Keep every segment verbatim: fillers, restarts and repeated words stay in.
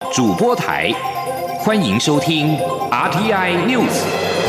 主播台，欢迎收听 R T I News。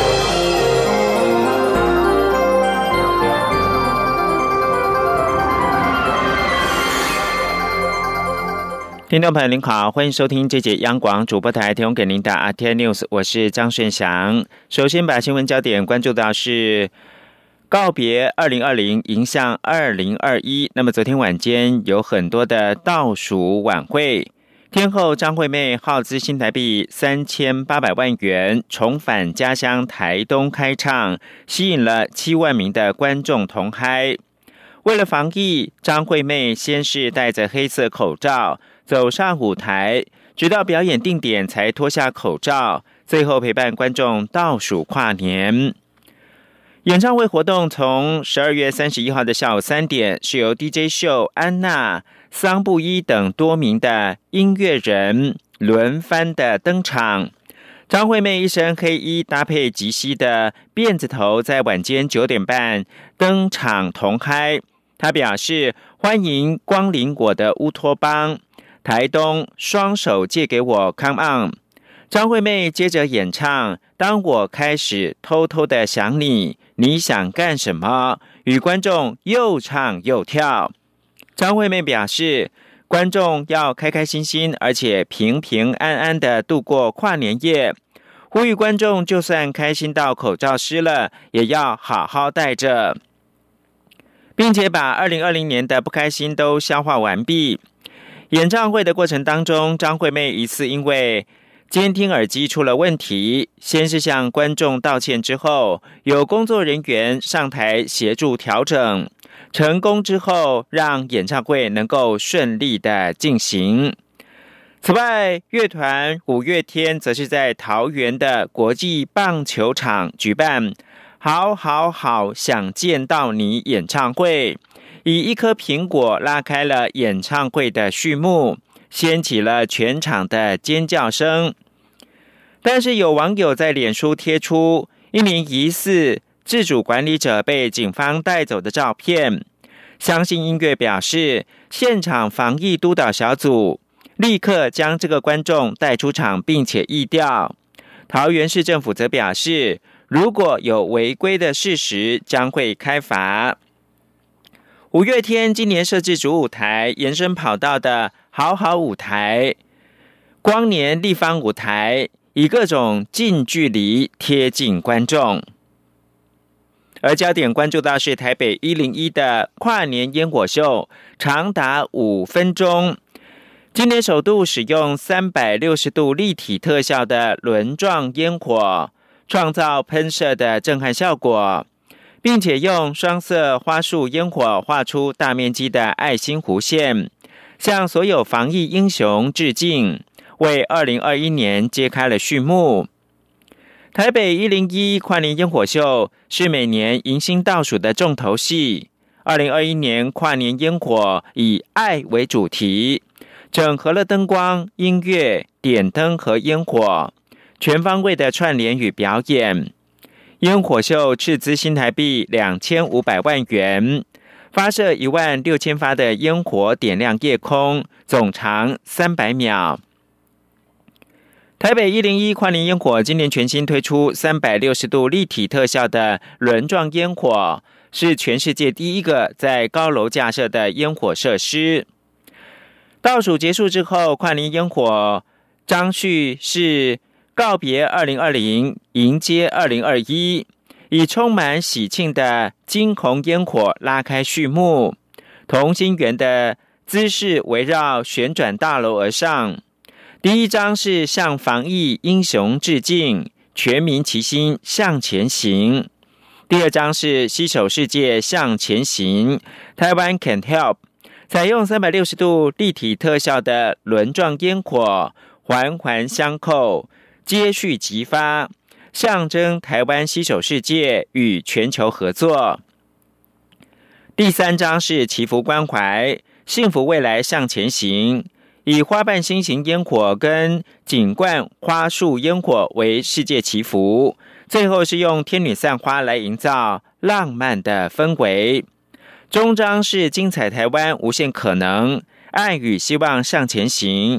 听众朋友您好，欢迎收听这节央广主播台提供给您的 R T I News， 我是张顺祥。首先把新闻焦点关注到是告别二零二零，迎向二零二一。那么昨天晚间有很多的倒数晚会，天后张惠妹耗资新台币三千八百万元重返家乡台东开唱，吸引了七万名的观众同嗨。为了防疫，张惠妹先是戴着黑色口罩走上舞台，直到表演定点才脱下口罩，最后陪伴观众倒数跨年。演唱会活动从十二月三十一号的下午三点，是由 D J 秀、安娜、桑布伊等多名的音乐人轮番的登场。张惠妹一身黑衣搭配及膝的辫子头，在晚間九點半登场同嗨。她表示欢迎光临我的乌托邦，台东双手借给我 Come on。 张惠妹接着演唱当我开始偷偷的想你，你想干什么，与观众又唱又跳。张惠妹表示观众要开开心心而且平平安安的度过跨年夜，呼吁观众就算开心到口罩湿了也要好好戴着，并且把二零二零年的不开心都消化完毕。演唱会的过程当中，张惠妹一次因为监听耳机出了问题，先是向观众道歉，之后有工作人员上台协助调整，成功之后让演唱会能够顺利的进行。此外，乐团五月天则是在桃园的国际棒球场举办好好好想见到你演唱会，以一颗苹果拉开了演唱会的序幕，掀起了全场的尖叫声。但是有网友在脸书贴出一名疑似自主管理者被警方带走的照片。相信音乐表示，现场防疫督导小组立刻将这个观众带出场并且疫调。桃园市政府则表示，如果有违规的事实将会开罚。五月天今年设置主舞台延伸跑道的好好舞台、光年立方舞台，以各种近距离贴近观众。而焦点关注到是台北一零一的跨年烟火秀，长达五分钟。今年首度使用三百六十度立体特效的轮状烟火，创造喷射的震撼效果，并且用双色花束烟火画出大面积的爱心弧线，向所有防疫英雄致敬，为二零二一年揭开了序幕。台北一零一跨年烟火秀是每年迎新倒数的重头戏。二零二一年跨年烟火以爱为主题，整合了灯光、音乐、点灯和烟火，全方位的串联与表演。烟火秀斥资新台币两千五百万元，发射一万六千发的烟火点亮夜空，总长三百秒。台北一零一跨年烟火今年全新推出三百六十度立体特效的轮状烟火，是全世界第一个在高楼架设的烟火设施。倒数结束之后，跨年烟火张序是告别二零二零，迎接二零二一，以充满喜庆的金红烟火拉开序幕。同心圆的姿势围绕旋转大楼而上。第一章是向防疫英雄致敬，全民齐心向前行。第二章是携手世界向前行，台湾 can help。采用三百六十度立体特效的轮状烟火，环环相扣，接续即发，象征台湾携手世界与全球合作。第三章是祈福关怀，幸福未来向前行，以花瓣心形烟火跟锦冠花束烟火为世界祈福，最后是用天女散花来营造浪漫的氛围。终章是精彩台湾无限可能，爱与希望向前行，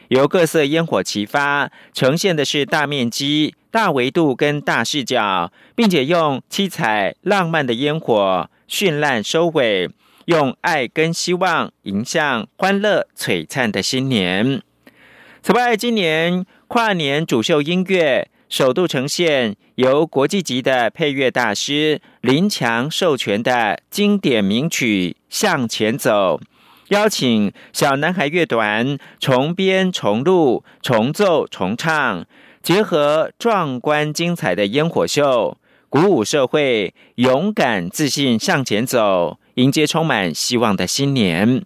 由各色烟火齐发，呈现的是大面积、大维度跟大视角，并且用七彩浪漫的烟火绚烂收尾，用爱跟希望迎向欢乐璀璨的新年。此外，今年跨年主秀音乐首度呈现由国际级的配乐大师林强授权的经典名曲《向前走》，邀请小男孩乐团重编重录重奏重唱，结合壮观精彩的烟火秀，鼓舞社会勇敢自信向前走，迎接充满希望的新年。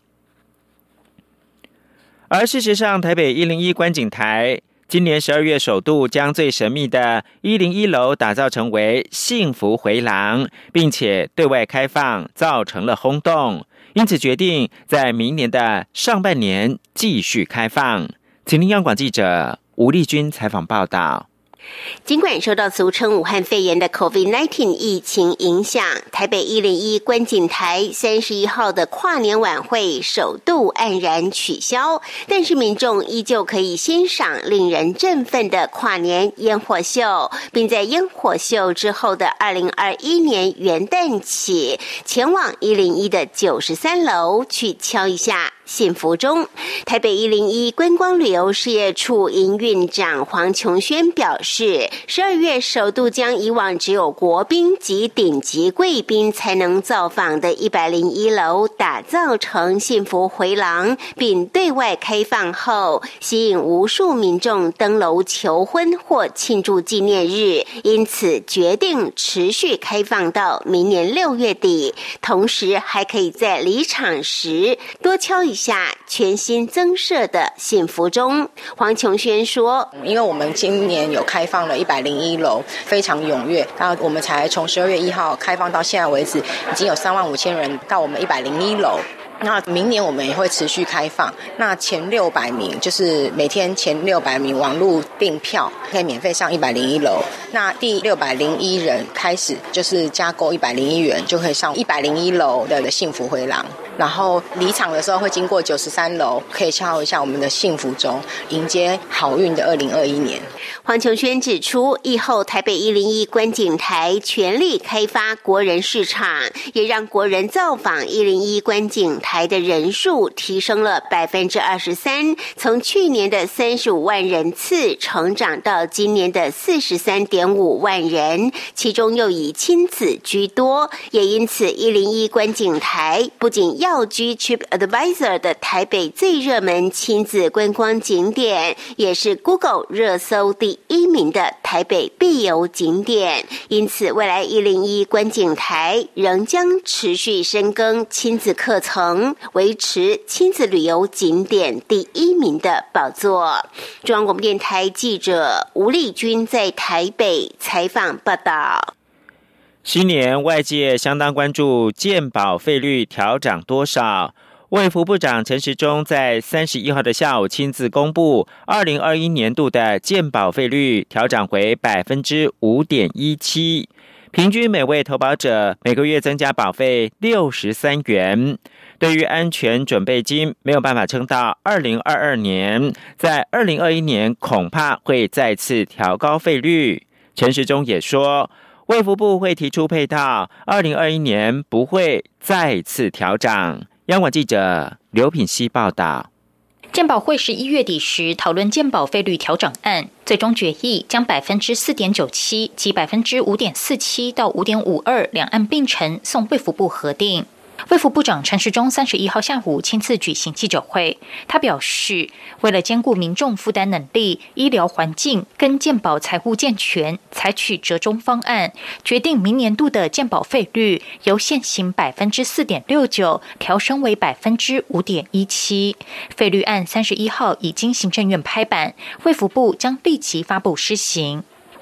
而事实上，台北一零一观景台今年十二月首度将最神秘的一零一楼打造成为幸福回廊，并且对外开放，造成了轰动，因此决定在明年的上半年继续开放。请听央广记者吴丽君采访报道。 尽管受到俗称武汉肺炎的 COVID 十九 疫情影响，台北一零一观景台三十一号的跨年晚会首度黯然取消，但是民众依旧可以欣赏令人振奋的跨年烟火秀，并在烟火秀之后的二零二一年元旦起，前往一零一的九十三楼去敲一下幸福钟。台北一零一观光旅游事业处营运长黄琼轩表示，十二月首度将以往只有国宾及顶级贵宾才能造访的一百零一楼打造成幸福回廊，并对外开放后，吸引无数民众登楼求婚或庆祝纪念日，因此决定持续开放到明年六月底，同时还可以在离场时多敲一下全新增设的幸福钟。黄琼轩说， 因为我们今年有开放了一百零一楼，非常踊跃，然后我们才从十二月一号开放到现在为止，已经有三万五千人到我们一百零一楼。那明年我们也会持续开放，那前六百名就是每天前六百名网络订票可以免费上一百零一楼，那第六百零一人开始就是加购一百零一元就可以上一百零一楼的幸福回廊，然后离场的时候会经过九十三楼，可以敲一下我们的幸福钟，迎接好运的二零二一年。 黄琼轩指出，以后台北一零一观景台全力开发国人市场，也让国人造访一零一观景台的人数提升了百分之二十三，从去年的三十五万人次成长到今年的四十三点五万人，其中又以亲子居多，也因此一零一观景台不仅要居 TripAdvisor 的台北最热门亲子观光景点，也是 Google 热搜第一名的台北必游景点，因此未来一零一观景台仍将持续深耕亲子课程，维持亲子旅游景点第一名的宝座。中央广播电台记者吴丽君在台北采访报道。 新年外界相当关注健保费率调涨多少。卫福部长陈时中在三十一号的下午亲自公布，二零二一年度的健保费率调涨为百分之五点一七，平均每位投保者每个月增加保费六十三元。对于安全准备金没有办法撑到二零二二年，在二零二一年恐怕会再次调高费率。陈时中也说，卫福部会提出配套，二零二一年不会再次调涨。央广记者刘品希报道。 健保会十一月底时讨论健保费率调整案，最终决议将百分之四点九七及百分之五点四七到五点五二两案并陈送卫福部核定。卫福部长陈时中三十一号下午亲自举行记者会，他表示，为了兼顾民众负担能力、医疗环境跟健保财务健全，采取折中方案，决定明年度的健保费率由现行百分之四点六九调升为百分之五点一七。费率案三十一号已经行政院拍板，卫福部将立即发布施行。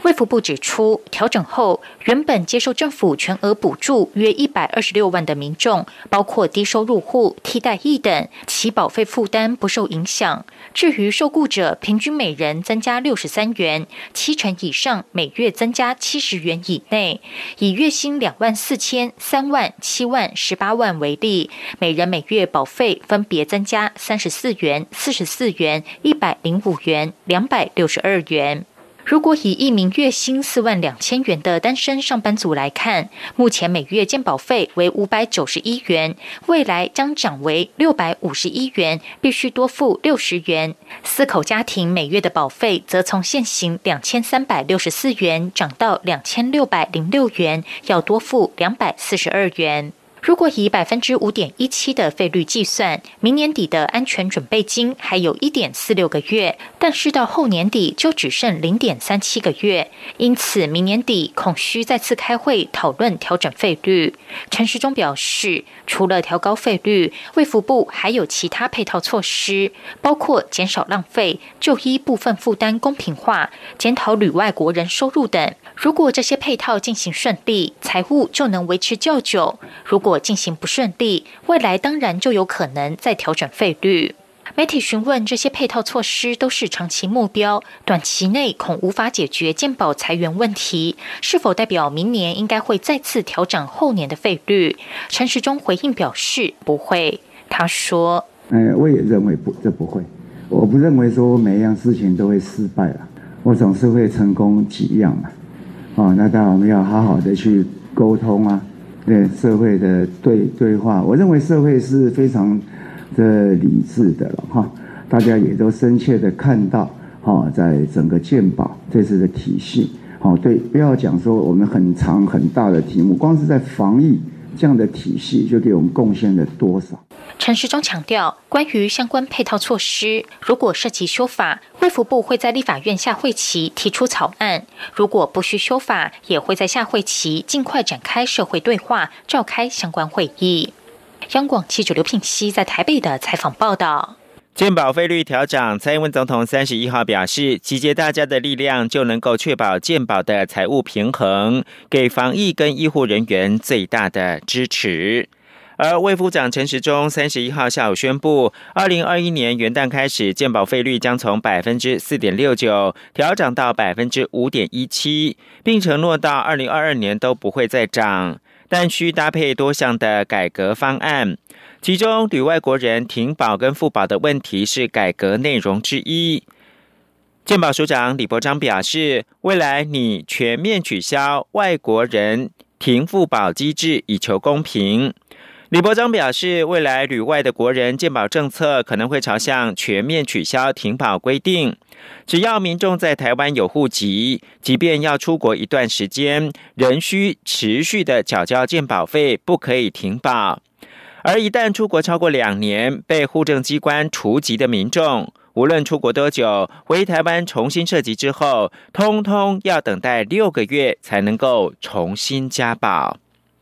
卫福部指出，调整后，原本接受政府全额补助约一百二十六万的民众，包括低收入户、替代役等，其保费负担不受影响。至于受雇者，平均每人增加六十三元，七成以上每月增加七十元以内。以月薪两万四千、三万、七万、十八万为例，每人每月保费分别增加三十四元、四十四元、一百零五元、两百六十二元。如果以一名月薪四万两千元的单身上班族来看，目前每月健保费为五百九十一元，未来将涨为六百五十一元，必须多付六十元。四口家庭每月的保费则从现行两千三百六十四元涨到两千六百零六元，要多付两百四十二元。如果以百分之五点一七的费率计算，明年底的安全准备金还有一点四六个月，但是到后年底就只剩零点三七个月，因此明年底恐需再次开会讨论调整费率。陈时中表示，除了调高费率，卫福部还有其他配套措施，包括减少浪费、就医部分负担公平化、检讨旅外国人收入等。如果这些配套进行顺利，财务就能维持较久；如果进行不顺利，未来当然就有可能再调整费率。媒体询问这些配套措施都是长期目标，短期内恐无法解决健保裁员问题，是否代表明年应该会再次调整后年的费率？陈时中回应表示不会。他说：“ 呃，我也认为不，这不会。我不认为说每一样事情都会失败了，我总是会成功几样嘛。哦，那当然我们要好好的去沟通啊。”对社会的对对话，我认为社会是非常的理智的了哈，大家也都深切的看到哈，在整个健保这次的体系，好，对，不要讲说我们很长很大的题目，光是在防疫这样的体系就给我们贡献了多少。 陈时中强调，关于相关配套措施，如果涉及修法，卫福部会在立法院下会期提出草案；如果不需修法，也会在下会期尽快展开社会对话，召开相关会议。央广记者刘品熙在台北的采访报道。 健保费率调涨，蔡英文总统三十一号表示，集结大家的力量，就能够确保健保的财务平衡，给防疫跟医护人员最大的支持。而卫福长陈时中三十一号下午宣布，二零二一年元旦开始，健保费率将从百分之四点六九调涨到百分之五点一七，并承诺到二零二二年都不会再涨，但需搭配多项的改革方案。其中，旅外国人停保跟复保的问题是改革内容之一。健保署长李伯璋表示，未来拟全面取消外国人停复保机制，以求公平。李伯璋表示，未来旅外的国人健保政策可能会朝向全面取消停保规定，只要民众在台湾有户籍，即便要出国一段时间，仍需持续的缴交健保费，不可以停保。而一旦出国超过两年，被户政机关除籍的民众，无论出国多久，回台湾重新设籍之后，通通要等待六个月才能够重新加保。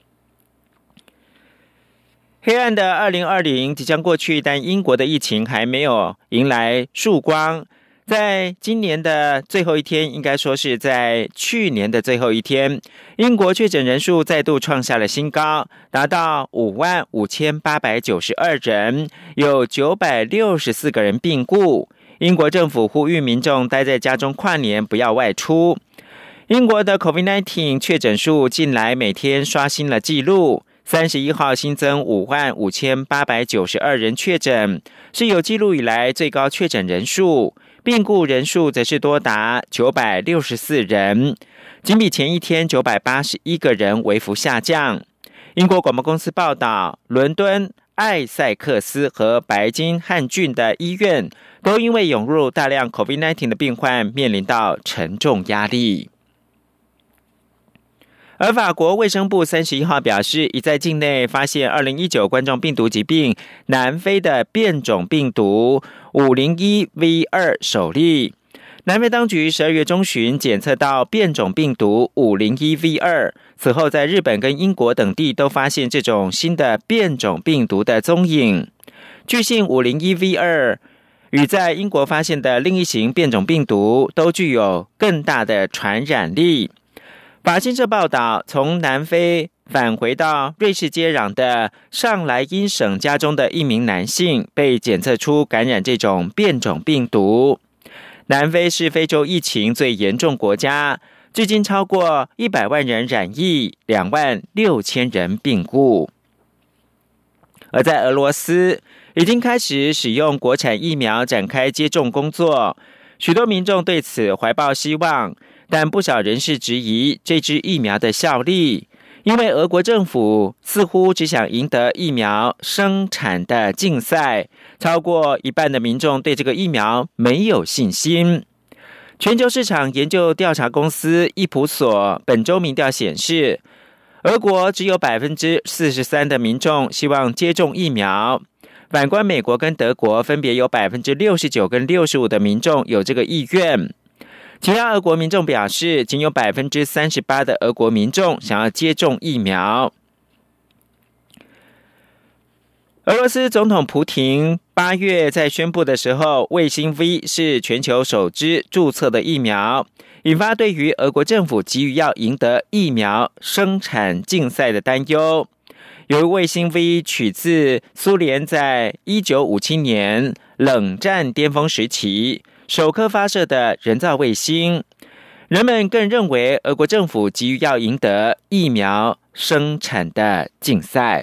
黑暗的二零二零即将过去，但英国的疫情还没有迎来曙光。在今年的最后一天，应该说是在去年的最后一天，英国确诊人数再度创下了新高，达到五万五千八百九十二人，有九百六十四个人病故。英国政府呼吁民众待在家中跨年，不要外出。英国的 COVID 十九 确诊数近来每天刷新了纪录，三十一号新增五万五千八百九十二人确诊，是有记录以来最高确诊人数。病故人数则是多达九百六十四人，仅比前一天九百八十一个人微幅下降。英国广播公司报道，伦敦、艾塞克斯和白金汉郡的医院都因为涌入大量 COVID 十九 的病患，面临到沉重压力。而法国卫生部三十一号表示，已在境内发现二零一九冠状病毒疾病南非的变种病毒五零一 V 二 首例。南非当局十二月中旬检测到变种病毒五零一 V 二，此后在日本跟英国等地都发现这种新的变种病毒的踪影。据信五零一 V 二与在英国发现的另一型变种病毒都具有更大的传染力。法新社报道，从南非返回到瑞士接壤的上莱茵省家中的一名男性被检测出感染这种变种病毒。南非是非洲疫情最严重国家，至今超过一百万人染疫，两万六千人病故。而在俄罗斯，已经开始使用国产疫苗展开接种工作，许多民众对此怀抱希望，但不少人士质疑这支疫苗的效力，因为俄国政府似乎只想赢得疫苗生产的竞赛，超过一半的民众对这个疫苗没有信心。全球市场研究调查公司易普所本周民调显示，俄国只有 百分之四十三 的民众希望接种疫苗，反观美国跟德国分别有 百分之六十九 跟 六十五 的民众有这个意愿。其他俄国民众表示，仅有 百分之三十八 的俄国民众想要接种疫苗。俄罗斯总统普亭八月在宣布的时候，卫星 V 是全球首支注册的疫苗，引发对于俄国政府急于要赢得疫苗生产竞赛的担忧。由于卫星 V 取自苏联在一九五七年冷战巅峰时期首颗发射的人造卫星，人们更认为俄国政府急于要赢得疫苗生产的竞赛。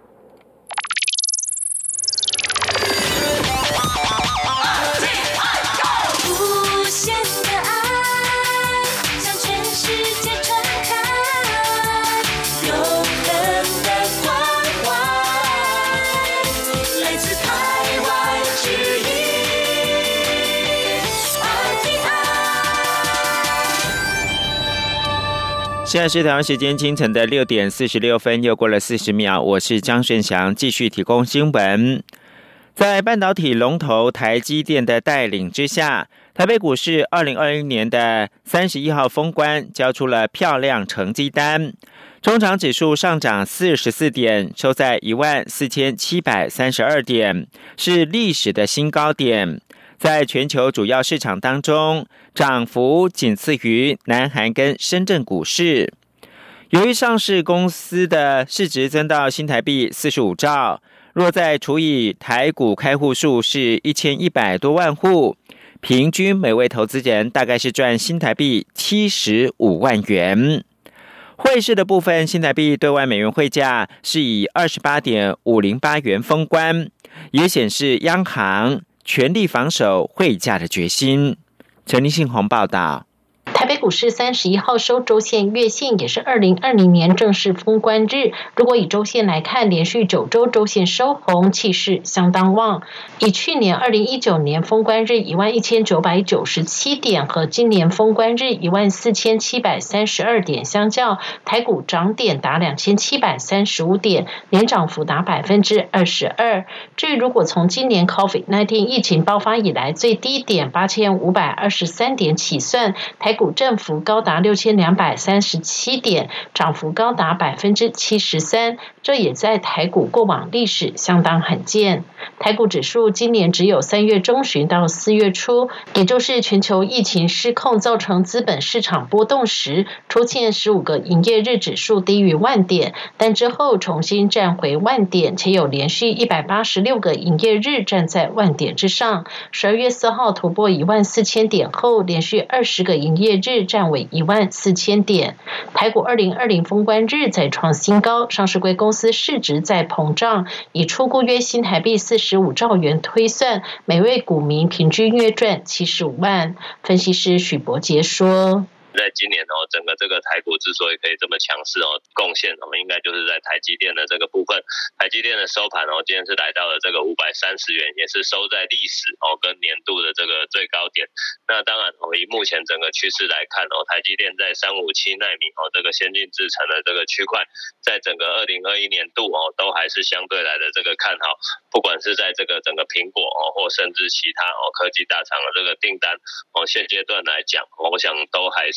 现在是台湾时间清晨的六点四十六分，又过了四十秒，我是张顺祥，继续提供新闻。在半导体龙头台积电的带领之下，台北股市二零二一年的三十一号封关交出了漂亮成绩单，中场指数上涨四十四点，收在一万四千七百三十二点，是历史的新高点。在全球主要市场当中，涨幅仅次于南韩跟深圳股市。由于上市公司的市值增到新台币四十五兆，若再除以台股开户数是一千一百多万户，平均每位投资人大概是赚新台币七十五万元。汇市的部分，新台币兑换美元汇价是以 二十八点五零八元封关，也显示央行全力防守汇价的决心。陈立信宏报道。 台北股市三十一号收周线、月线，也是二零二零年正式封关日。如果以周线来看，连续九周周线收红，气势相当旺。以去年二零一九年封关日一万一千九百九十七点和今年封关日一万四千七百三十二点相较，台股涨点达两千七百三十五点，年涨幅达百分之二十二。至于如果从今年 COVID 十九 疫情爆发以来最低点八千五百二十三点起算，台股振幅高达六千两百三十七点，涨幅高达百分之七十三，这也在台股过往历史相当罕见。台股指数今年只有三月中旬到四月初，也就是全球疫情失控造成资本市场波动时，出现十五个营业日指数低于万点，但之后重新站回万点，且有连续一百八十六个营业日站在万点之上。十二月四号突破一万四千点后，连续二十个营业日站稳一万四千点。台股二零二零封关日再创新高，上市柜公司市值在膨胀，以初估约新台币四十五兆元推算，每位股民平均月赚七十五万。分析师许博杰说， 在今年哦，整个这个台股之所以可以这么强势哦，贡献哦，应该就是在台积电的这个部分。台积电的收盘哦，今天是来到了这个五百三十元，也是收在历史哦跟年度的这个最高点。那当然哦，以目前整个趋势来看哦，台积电在三五七奈米哦这个先进制程的这个区块，在整个二零二一年度哦，都还是相对来的这个看好。不管是在这个整个苹果哦，或甚至其他哦科技大厂的这个订单哦，现阶段来讲，我想都还是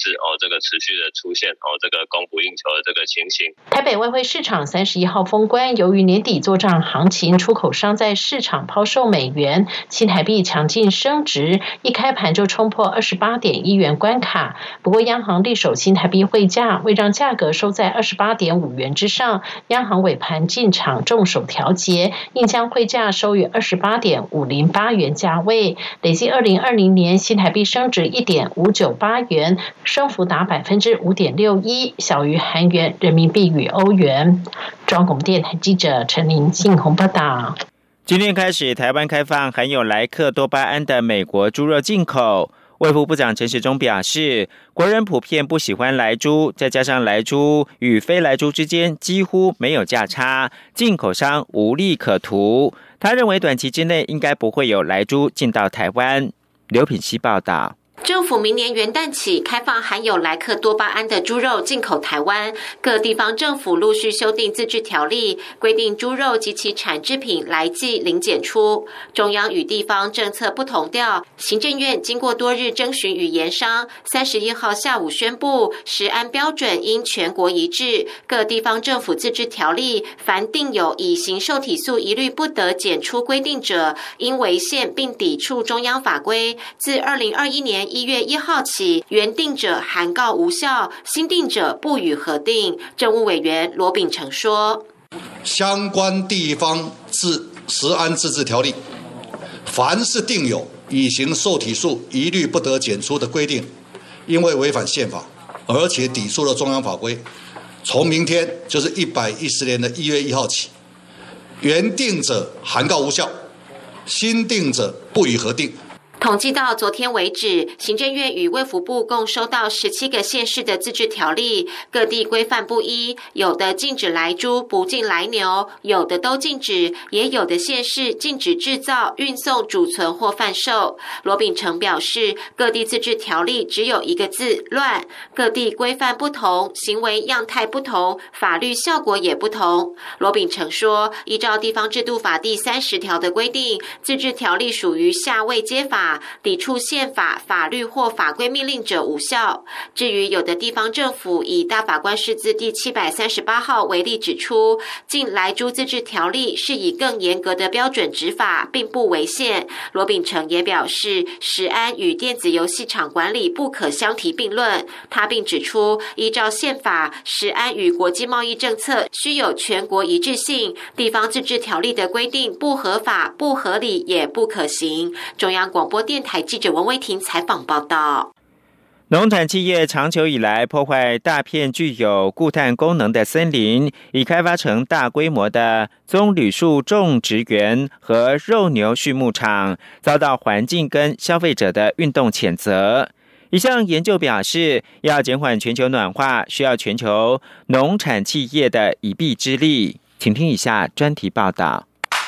是哦这个持续的出现哦这个供不应求的这个情形。 台北外汇市场三十一号封关，由于年底作账行情，出口商在市场抛售美元，新台币强劲升值，一开盘就冲破二十八点一元关卡。不过央行力守新台币汇价，为让价格收在二十八点五元之上，央行尾盘进场重手调节，应将汇价收于二十八点五零八元价位。累计二零二零年新台币升值一点五九八元，升幅达百分之五点六一，小于韩元、人民币与欧元。中央广播电台记者陈林信宏报道。 今天开始，台湾开放含有莱克多巴胺的美国猪肉进口。卫福部长陈时中表示，国人普遍不喜欢莱猪，再加上莱猪与非莱猪之间几乎没有价差，进口商无利可图。他认为短期之内应该不会有莱猪进到台湾。刘品希报道。 政府明年元旦起开放含有莱克多巴胺的猪肉进口台湾，各地方政府陆续修订自治条例，规定猪肉及其产制品来季零检出。中央与地方政策不同调，行政院经过多日征询与研商，三十一号下午宣布，食安标准应全国一致，各地方政府自治条例凡定有乙型受体素一律不得检出规定者，应违宪并抵触中央法规，自二零二一年一月一号起，原定者函告无效，新定者不予核定。政务委员罗秉成说， 相关地方自食安自治条例，凡是定有乙型受体素一律不得检出的规定，因为违反宪法，而且抵触了中央法规，从明天就是一百一十年的一月一号起，原定者函告无效，新定者不予核定。 统计到昨天为止，行政院与卫福部共收到十七个县市的自治条例，各地规范不一，有的禁止来猪，不禁来牛，有的都禁止，也有的县市禁止制造、运送、储存或贩售。罗秉成表示，各地自治条例只有一个字：乱，各地规范不同，行为样态不同，法律效果也不同。罗秉成说，依照地方制度法第三十条的规定，自治条例属于下位阶法，抵触宪法、法律或法规命令者无效。至于有的地方政府以大法官释字第七百三十八号为例指出，近来猪自治条例是以更严格的标准执法，并不违宪。罗秉成也表示，食安与电子游戏场管理不可相提并论。他并指出，依照宪法，食安与国际贸易政策需有全国一致性，地方自治条例的规定不合法、不合理也不可行。中央广播电台记者文威婷采访报道。 农产企业长久以来破坏大片具有固碳功能的森林，已开发成大规模的棕榈树种植园和肉牛畜牧场，遭到环境跟消费者的运动谴责。一项研究表示，要减缓全球暖化，需要全球农产企业的一臂之力。请听以下专题报道。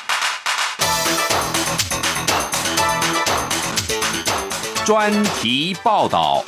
专题报道。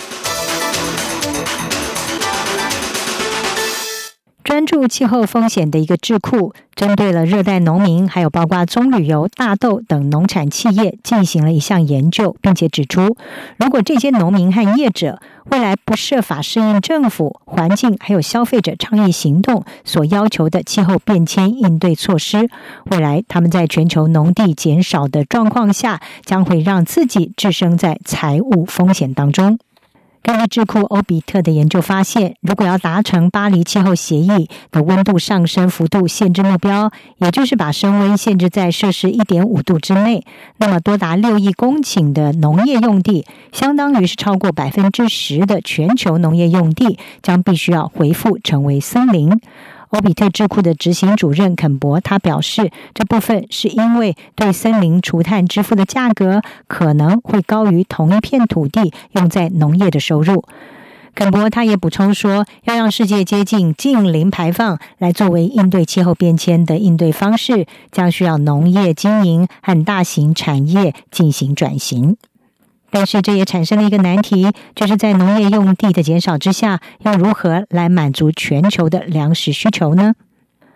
专注气候风险的一个智库，针对了热带农民，还有包括棕榈油、大豆等农产企业进行了一项研究，并且指出，如果这些农民和业者未来不设法适应政府、环境还有消费者倡议行动所要求的气候变迁应对措施，未来他们在全球农地减少的状况下，将会让自己置身在财务风险当中。根据智库欧比特的研究发现，如果要达成巴黎气候协议的温度上升幅度限制目标，也就是把升温限制在摄氏 一点五度之内，那么多达六亿公顷的农业用地，相当于是超过 百分之十 的全球农业用地，将必须要恢复成为森林。欧比特智库的执行主任肯博他表示，这部分是因为对森林除碳支付的价格可能会高于同一片土地用在农业的收入。肯博他也补充说，要让世界接近净零排放来作为应对气候变迁的应对方式，将需要农业经营和大型产业进行转型。但是这也产生了一个难题，就是在农业用地的减少之下，要如何来满足全球的粮食需求呢？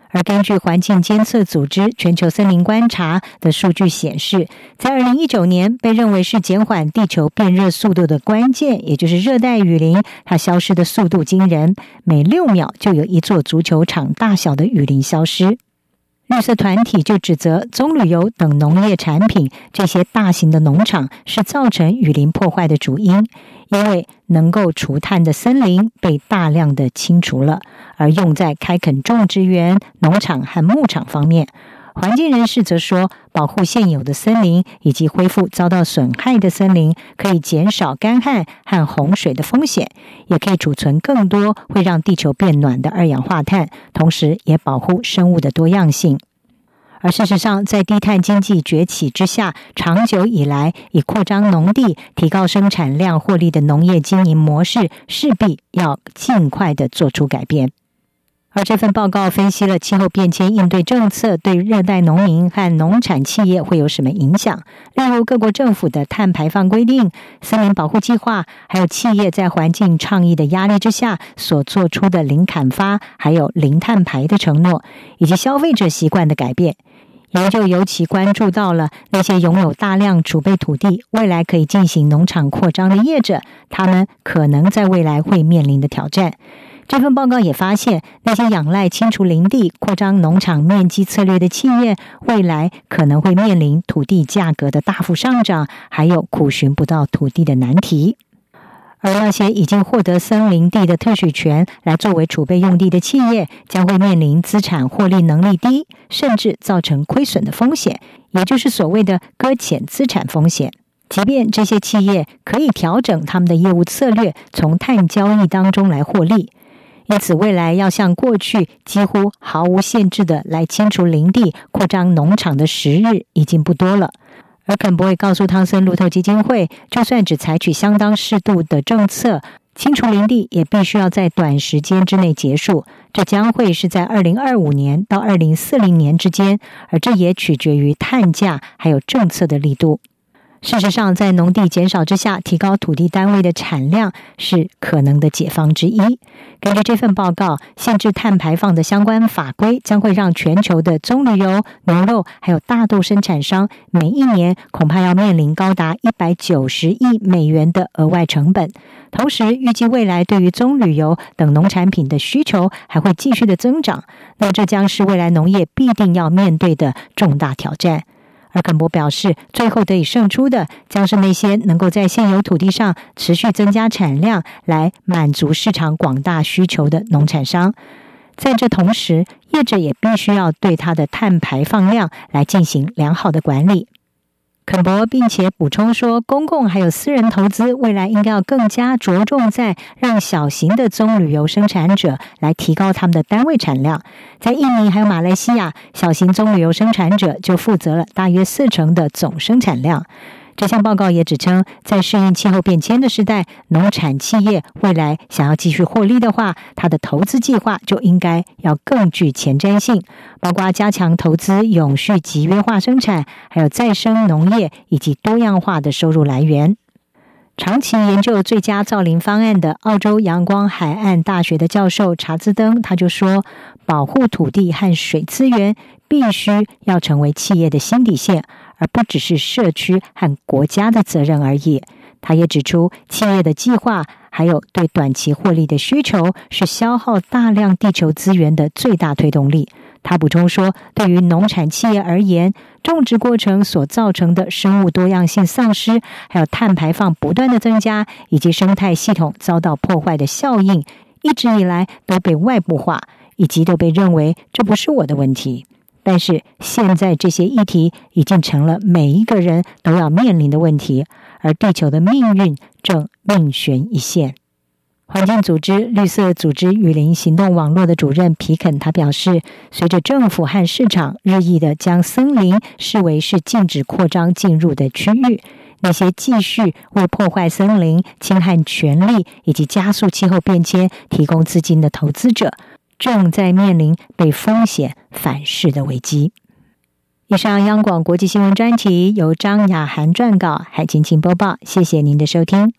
而根据环境监测组织全球森林观察的数据显示，在二零一九年被认为是减缓地球变热速度的关键，也就是热带雨林，它消失的速度惊人，每六秒就有一座足球场大小的雨林消失。绿色团体就指责棕榈油等农业产品这些大型的农场是造成雨林破坏的主因，因为能够除碳的森林被大量的清除了，而用在开垦种植园、农场和牧场方面。环境人士则说，保护现有的森林以及恢复遭到损害的森林，可以减少干旱和洪水的风险，也可以储存更多会让地球变暖的二氧化碳，同时也保护生物的多样性。而事实上，在低碳经济崛起之下，长久以来以扩张农地、提高生产量获利的农业经营模式，势必要尽快的做出改变。而这份报告分析了气候变迁应对政策对热带农民和农产企业会有什么影响，例如各国政府的碳排放规定、森林保护计划，还有企业在环境倡议的压力之下所做出的零砍伐还有零碳排的承诺，以及消费者习惯的改变。研究尤其关注到了那些拥有大量储备土地、未来可以进行农场扩张的业者，他们可能在未来会面临的挑战。这份报告也发现，那些仰赖清除林地、扩张农场面积策略的企业，未来可能会面临土地价格的大幅上涨，还有苦寻不到土地的难题。而那些已经获得森林地的特许权来作为储备用地的企业，将会面临资产获利能力低，甚至造成亏损的风险，也就是所谓的搁浅资产风险。即便这些企业可以调整他们的业务策略，从碳交易当中来获利，因此未来要像过去几乎毫无限制的来清除林地、扩张农场的时日已经不多了。而肯伯也告诉汤森路透基金会，就算只采取相当适度的政策，清除林地也必须要在短时间之内结束，这将会是在二零二五年到二零四零年之间，而这也取决于碳价还有政策的力度。事实上，在农地减少之下，提高土地单位的产量是可能的解方之一。根据这份报告，限制碳排放的相关法规将会让全球的棕榈油、牛肉还有大豆生产商每一年恐怕要面临高达一百九十亿美元的额外成本。同时，预计未来对于棕榈油等农产品的需求还会继续的增长，那这将是未来农业必定要面对的重大挑战。而肯伯表示，最后得以胜出的将是那些能够在现有土地上持续增加产量，来满足市场广大需求的农产商。在这同时，业者也必须要对它的碳排放量来进行良好的管理。肯伯并且补充说，公共还有私人投资未来应该要更加着重在让小型的棕榈油生产者来提高他们的单位产量。在印尼还有马来西亚，小型棕榈油生产者就负责了大约四成的总生产量。这项报告也指称，在适应气候变迁的时代，农产企业未来想要继续获利的话，它的投资计划就应该要更具前瞻性，包括加强投资永续集约化生产，还有再生农业以及多样化的收入来源。长期研究最佳造林方案的澳洲阳光海岸大学的教授查兹登，他就说，保护土地和水资源必须要成为企业的新底线，而不只是社区和国家的责任而已。他也指出，企业的计划还有对短期获利的需求是消耗大量地球资源的最大推动力。他补充说，对于农产企业而言，种植过程所造成的生物多样性丧失，还有碳排放不断的增加，以及生态系统遭到破坏的效应，一直以来都被外部化，以及都被认为这不是我的问题。但是现在这些议题已经成了每一个人都要面临的问题，而地球的命运正命悬一线。环境组织绿色组织雨林行动网络的主任皮肯他表示，随着政府和市场日益的将森林视为是禁止扩张进入的区域，那些继续为破坏森林、侵害权利以及加速气候变迁提供资金的投资者，正在面临被风险反噬的危机。以上央广国际新闻专题由张雅涵撰稿，海青青播报，谢谢您的收听。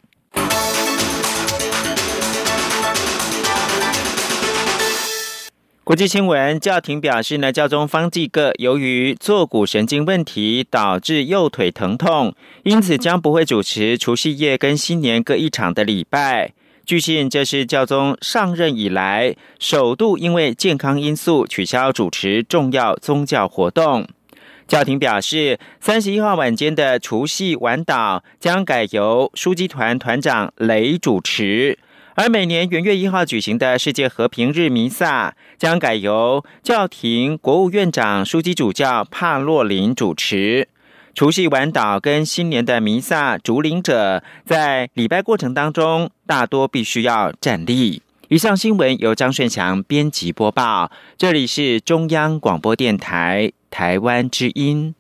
国际新闻，教廷表示呢，教宗方济各由于坐骨神经问题导致右腿疼痛，因此将不会主持除夕夜跟新年各一场的礼拜。据悉，这是教宗上任以来首度因为健康因素取消主持重要宗教活动。教廷表示，三十一号晚间的除夕晚祷将改由枢机团团长雷主持。而每年元月一号举行的世界和平日弥撒将改由教廷国务院长枢机主教帕洛林主持。除夕晚祷跟新年的弥撒主领者在礼拜过程当中大多必须要站立。以上新闻由张顺祥编辑播报，这里是中央广播电台台湾之音。